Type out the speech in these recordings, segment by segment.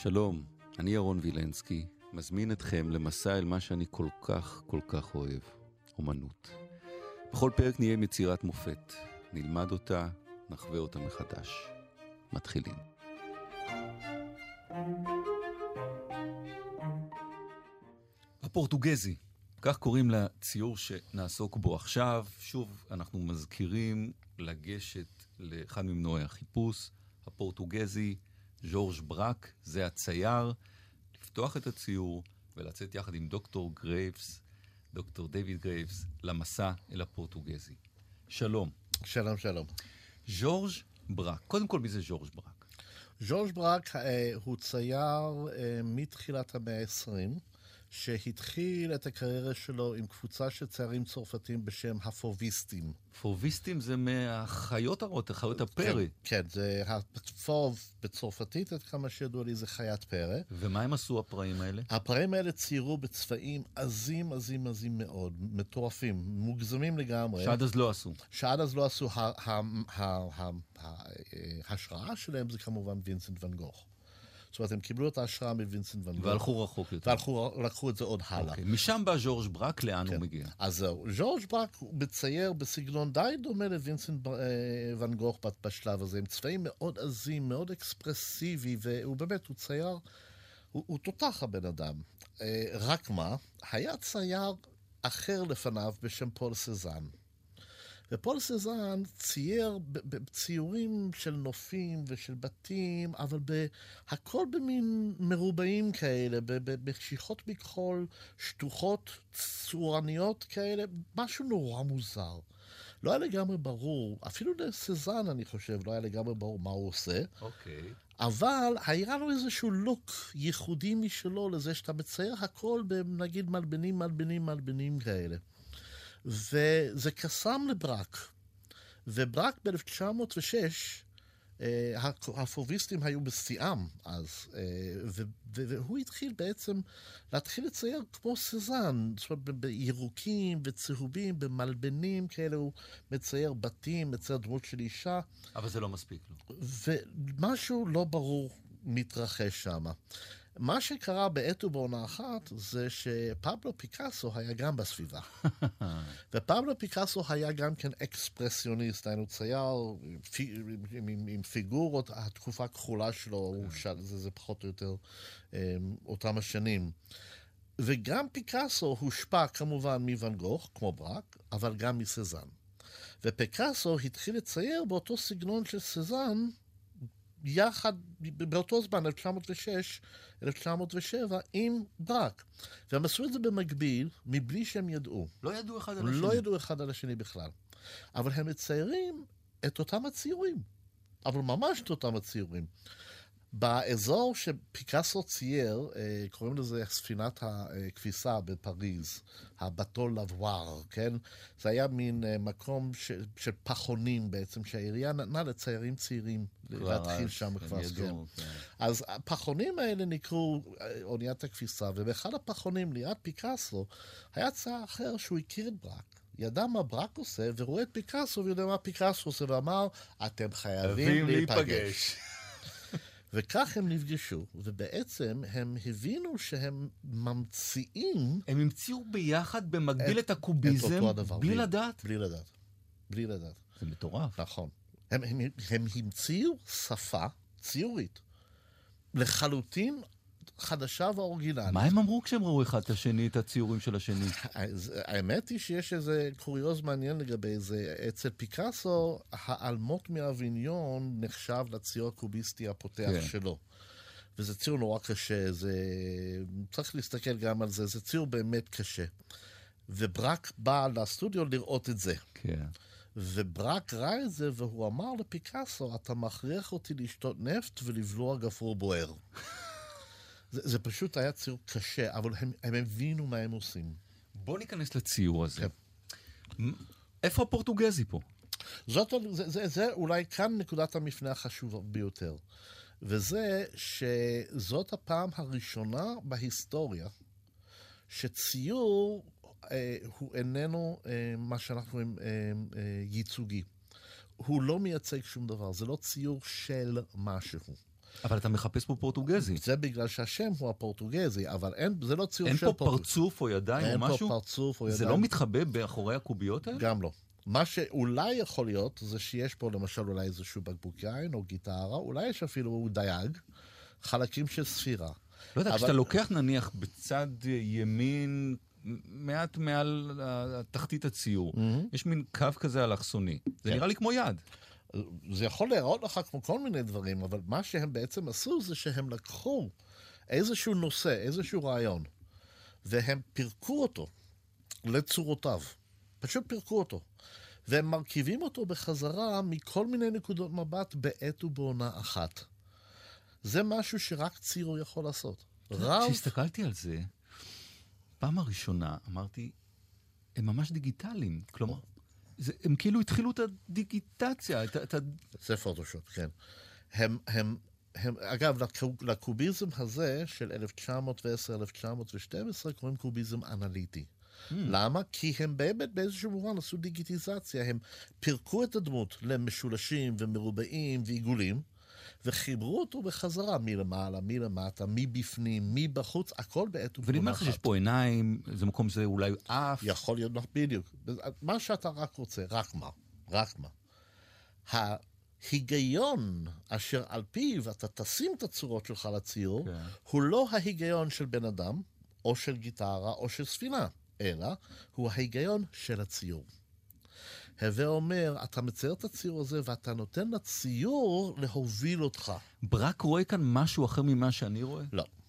שלום, אני ירון וילנסקי, מזמין אתכם למסע אל מה שאני כל כך אוהב, אומנות. בכל פרק נהיה יצירת מופת, נלמד אותה, נחווה אותה מחדש. מתחילים. הפורטוגזי, כך קוראים לציור שנעסוק בו עכשיו. שוב, אנחנו מזכירים לגשת לאחד ממנועי החיפוש, הפורטוגזי, ז'ורג' ברק, זה הצייר, לפתוח את הציור ולצאת יחד עם דוקטור גרייבס, דוקטור דיוויד גרייבס, למסע אל הפורטוגזי. שלום. שלום, שלום. ז'ורג' ברק, קודם כל מי זה ז'ורג' ברק? ז'ורג' ברק הוא צייר מתחילת המאה ה-20, שהתחיל את הקריירה שלו עם קבוצה של ציירים צרפתים בשם הפוביסטים. פוביסטים זה מהחיות הרות, חיות הפרא. כן, זה הפוב בצרפתית, עד כמה שידוע לי, זה חיית פרא. ומה הם עשו הפראים האלה? הפראים האלה ציירו בצבעים עזים מאוד, מטורפים, מוגזמים לגמרי. שעד אז לא עשו. שעד אז לא עשו. ההשראה שלהם זה כמובן וינסנט ואן גוך. זאת אומרת, הם קיבלו את ההשראה מווינסנט ואן גוך. והלכו רחוק יותר. ולקחו את זה עוד הלאה. משם בא ז'ורג' ברק, לאן הוא מגיע? אז זהו, ז'ורג' ברק הוא מצייר בסגנון די דומה לווינסנט ואן גוך בשלב הזה, עם צבעים מאוד עזים, מאוד אקספרסיבי, והוא באמת, הוא צייר, הוא תותח הבן אדם. רק מה, היה צייר אחר לפניו בשם פול סזן. ופול סזן צייר בציורים של נופים ושל בתים, אבל הכל במין מרובעים כאלה, בשיכות מכחול, שטוחות, צורניות כאלה, משהו נורא מוזר. לא היה לגמרי ברור, אפילו לסזן אני חושב, לא היה לגמרי ברור מה הוא עושה. אוקיי. אבל היה לו איזשהו לוק ייחודי משלו לזה שאתה מצייר הכל בנגיד מלבנים כאלה. וזה קסם לברק. וברק ב-1906, הפוביסטים היו בשיאם אז, והוא התחיל בעצם להתחיל לצייר כמו סזן, זאת אומרת, בירוקים וצהובים, במלבנים כאלה, הוא מצייר בתים, מצייר דמות של אישה. אבל זה לא מספיק לו. ומשהו לא ברור מתרחש שם. מה שקרה בעת ובעונה אחת, זה שפבלו פיקאסו היה גם בסביבה. ופבלו פיקאסו היה גם כן אקספרסיוניסט, היינו צייר עם פיגורות, התקופה הכחולה שלו, זה פחות או יותר אותם השנים. וגם פיקאסו הושפע כמובן מוואן גוך, כמו ברק, אבל גם מסזן. ופיקאסו התחיל לצייר באותו סגנון של סזן, יחד, באותו זמן, 1906-1907, עם ברק. והם עשו את זה במקביל, מבלי שהם ידעו. לא ידעו אחד על השני. לא ידעו אחד על השני בכלל. אבל הם מציירים את אותם הציורים. אבל ממש את אותם הציורים. באזור שפיקאסו צייר, קוראים לזה ספינת הכביסה בפריז, הבטול לבואר, כן? זה היה מין מקום של פחונים בעצם, שהעירייה נתנה לציירים צעירים להתחיל שם כבר סגר. אז הפחונים האלה נקראו אוניית הכביסה, ובאחד הפחונים ליד פיקאסו, היה צייר אחר שהוא הכיר את ברק. ידע מה ברק עושה, ורואה את פיקאסו, ויודע מה פיקאסו עושה, ואמר, אתם חייבים להיפגש. וכך הם נפגשו, ובעצם הם הבינו שהם ממציאים... הם המציאו ביחד במקביל את הקוביזם, בלי לדעת? בלי לדעת. זה מטורף. נכון. הם המציאו שפה ציורית, לחלוטין חדשה ואורגינלית. מה הם אמרו כשהם ראו אחד את השני, את הציורים של השני? האמת היא שיש איזה קוריוז מעניין לגבי זה. אצל פיקאסו, האלמות מאביניון נחשב לציור הקוביסטי הפותח שלו. וזה ציור נורא קשה, צריך להסתכל גם על זה, זה ציור באמת קשה. וברק בא לסטודיו לראות את זה. כן. וברק ראה את זה, והוא אמר לפיקאסו, אתה מכריח אותי לשתות נפט ולבלוע גפרור בוער. זה פשוט היה ציור קשה, אבל הם הבינו מה הם עושים. בוא ניכנס לציור הזה. איפה הפורטוגזי פה? זה אולי כאן נקודת המפנה החשובה ביותר. וזה שזאת הפעם הראשונה בהיסטוריה שציור הוא איננו מה שאנחנו ייצוגי. הוא לא מייצג שום דבר, זה לא ציור של משהו. אבל אתה מחפש פה פורטוגזי. זה בגלל שהשם הוא הפורטוגזי, אבל זה לא ציור אין של פה פורטוגזי. פרצוף או ידיים או משהו? אין פה פרצוף או ידיים. זה לא מתחבא באחורי הקוביות האלה? גם לא. מה שאולי יכול להיות, זה שיש פה למשל אולי איזשהו בקבוק יין או גיטרה, אולי יש אפילו דייג, חלקים של ספירה. לא יודע, כשאתה לוקח נניח בצד ימין, מעט מעל תחתית הציור, יש מין קו כזה אלכסוני. זה נראה לי כמו יד. זה יכול להיראות לך כמו כל מיני דברים, אבל מה שהם בעצם עשו זה שהם לקחו איזשהו נושא, איזשהו רעיון, והם פירקו אותו לצורותיו. פשוט פירקו אותו. והם מרכיבים אותו בחזרה מכל מיני נקודות מבט בעת ובעונה אחת. זה משהו שרק ציור יכול לעשות. כשהסתכלתי על זה, פעם הראשונה אמרתי, הם ממש דיגיטליים. כלומר, הם כאילו התחילו את הדיגיטציה. זה פוטושופ, כן. אגב, לקוביזם הזה של 1910-1912 קוראים קוביזם אנליטי. למה? כי הם באמת באיזשהו מובן עשו דיגיטיזציה. הם פירקו את הדמות למשולשים ומרובעים ועיגולים, וחיברו אותו בחזרה מלמעלה, מלמטה, מבפנים, מבחוץ, הכל בעת ובעונה אחת. ואני אומר לך שיש פה עיניים, זה מקום שזה אולי אף. יכול להיות בדיוק. מה שאתה רק רוצה, רק מה. ההיגיון אשר על פיו אתה תשים את הצורות שלך לציור, הוא לא ההיגיון של בן אדם, או של גיטרה, או של ספינה, אלא הוא ההיגיון של הציור. הווה אומר, אתה מצייר את הציור הזה, ואתה נותן לציור להוביל אותך. ברק רואה כאן משהו אחר ממה שאני רואה?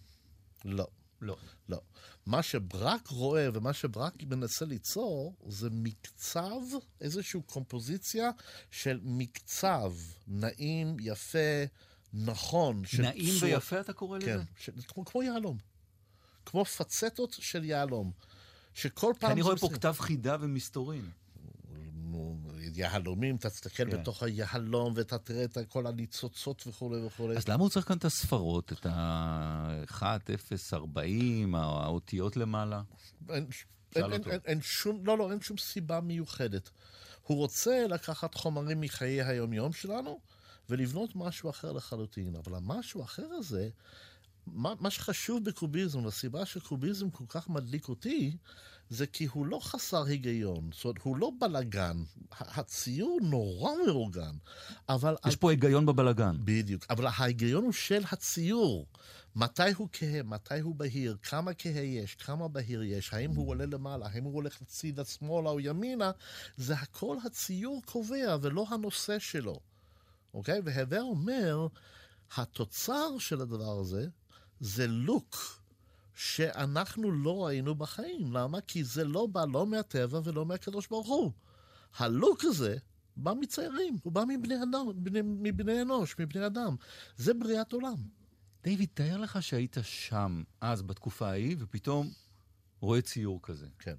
לא. מה שברק רואה ומה שברק מנסה ליצור, זה מקצב, איזושהי קומפוזיציה של מקצב נעים, יפה, נכון. נעים ויפה אתה קורא לזה? כן, כמו יעלום. כמו פצטות של יעלום. שכל פעם... אני רואה פה כתב חידה ומסתורין. יהלומים, אתה תסתכל בתוך היהלום, ואתה תראה את כל הניצוצות וכו' וכו'. אז למה הוא צריך כאן את הספרות, את ה-1, 0, 40, האותיות למעלה? אין שום סיבה מיוחדת. הוא רוצה לקחת חומרים מחיי היום-יום שלנו, ולבנות משהו אחר לחלוטין. אבל המשהו האחר הזה, מה שחשוב בקוביזם, הסיבה שקוביזם כל כך מדליק אותי, זה כי הוא לא חסר היגיון, זאת אומרת, הוא לא בלגן, הציור נורא מאורגן, אבל... יש פה היגיון בבלגן. בדיוק, אבל ההיגיון הוא של הציור. מתי הוא כהה, מתי הוא בהיר, כמה כהה יש, כמה בהיר יש, האם הוא עולה למעלה, האם הוא הולך לציד השמאלה או ימינה, זה הכל הציור קובע ולא הנושא שלו. אוקיי? והווה אומר, התוצר של הדבר הזה, זה לוק שאנחנו לא ראינו בחיים. למה? כי זה לא בא לא מהטבע ולא מהקדוש ברוך הוא. הלוק הזה בא מציירים, הוא בא מבני אנוש, מבני אדם. זה בריאת עולם. דיוויד, תאר לך שהיית שם אז בתקופה ההיא, ופתאום רואה ציור כזה. כן.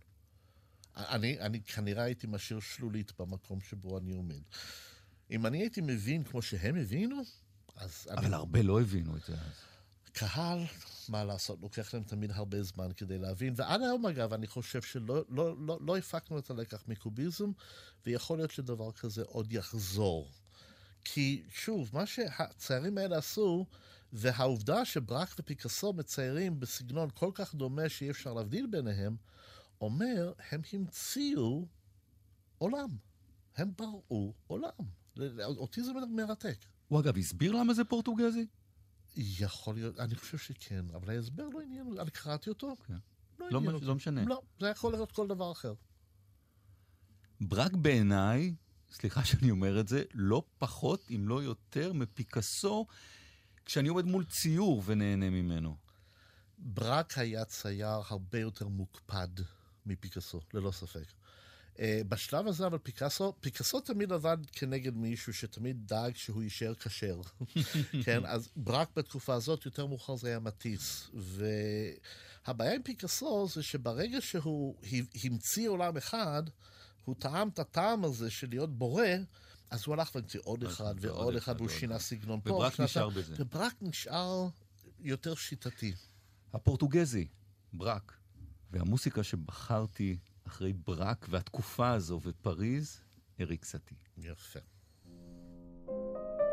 אני כנראה הייתי משאיר שלולית במקום שבו אני עומד. אם אני הייתי מבין כמו שהם הבינו, אז... אבל הרבה לא הבינו את זה אז. קהל, מה לעשות, לוקח להם תמיד הרבה זמן כדי להבין, ועד היום אגב, אני חושב שלא הפקנו את הלקח מקוביזם, ויכול להיות שדבר כזה עוד יחזור. כי שוב, מה שהציירים האלה עשו, והעובדה שברק ופיקאסו מציירים בסגנון כל כך דומה שאי אפשר להבדיל ביניהם, אומר, הם המציאו עולם. הם בראו עולם. אותי זה מרתק. הוא אגב הסביר למה זה פורטוגזי? יכול להיות, אני חושב שכן, אבל ההסבר לא עניין, אני קראתי אותו. לא משנה. לא, זה יכול להיות כל דבר אחר. ברק בעיניי, סליחה שאני אומר את זה, לא פחות אם לא יותר מפיקאסו, כשאני עומד מול ציור ונהנה ממנו. ברק היה צייר הרבה יותר מוקפד מפיקאסו, ללא ספק. בשלב הזה, אבל פיקאסו תמיד עבד כנגד מישהו שתמיד דאג שהוא יישאר כשר. כן, אז ברק בתקופה הזאת יותר מאוחר זה היה מטיס. והבעיה עם פיקאסו זה שברגע שהוא המציא עולם אחד, הוא טעם את הטעם הזה של להיות בורא, אז הוא הלך והמציא עוד אחד ועוד אחד, והוא שינה סגנון פה. וברק נשאר בזה. וברק נשאר יותר שיטתי. הפורטוגזי, ברק, והמוסיקה שבחרתי אחרי ברק והתקופה הזו ופריז, אריק סאטי. יפה.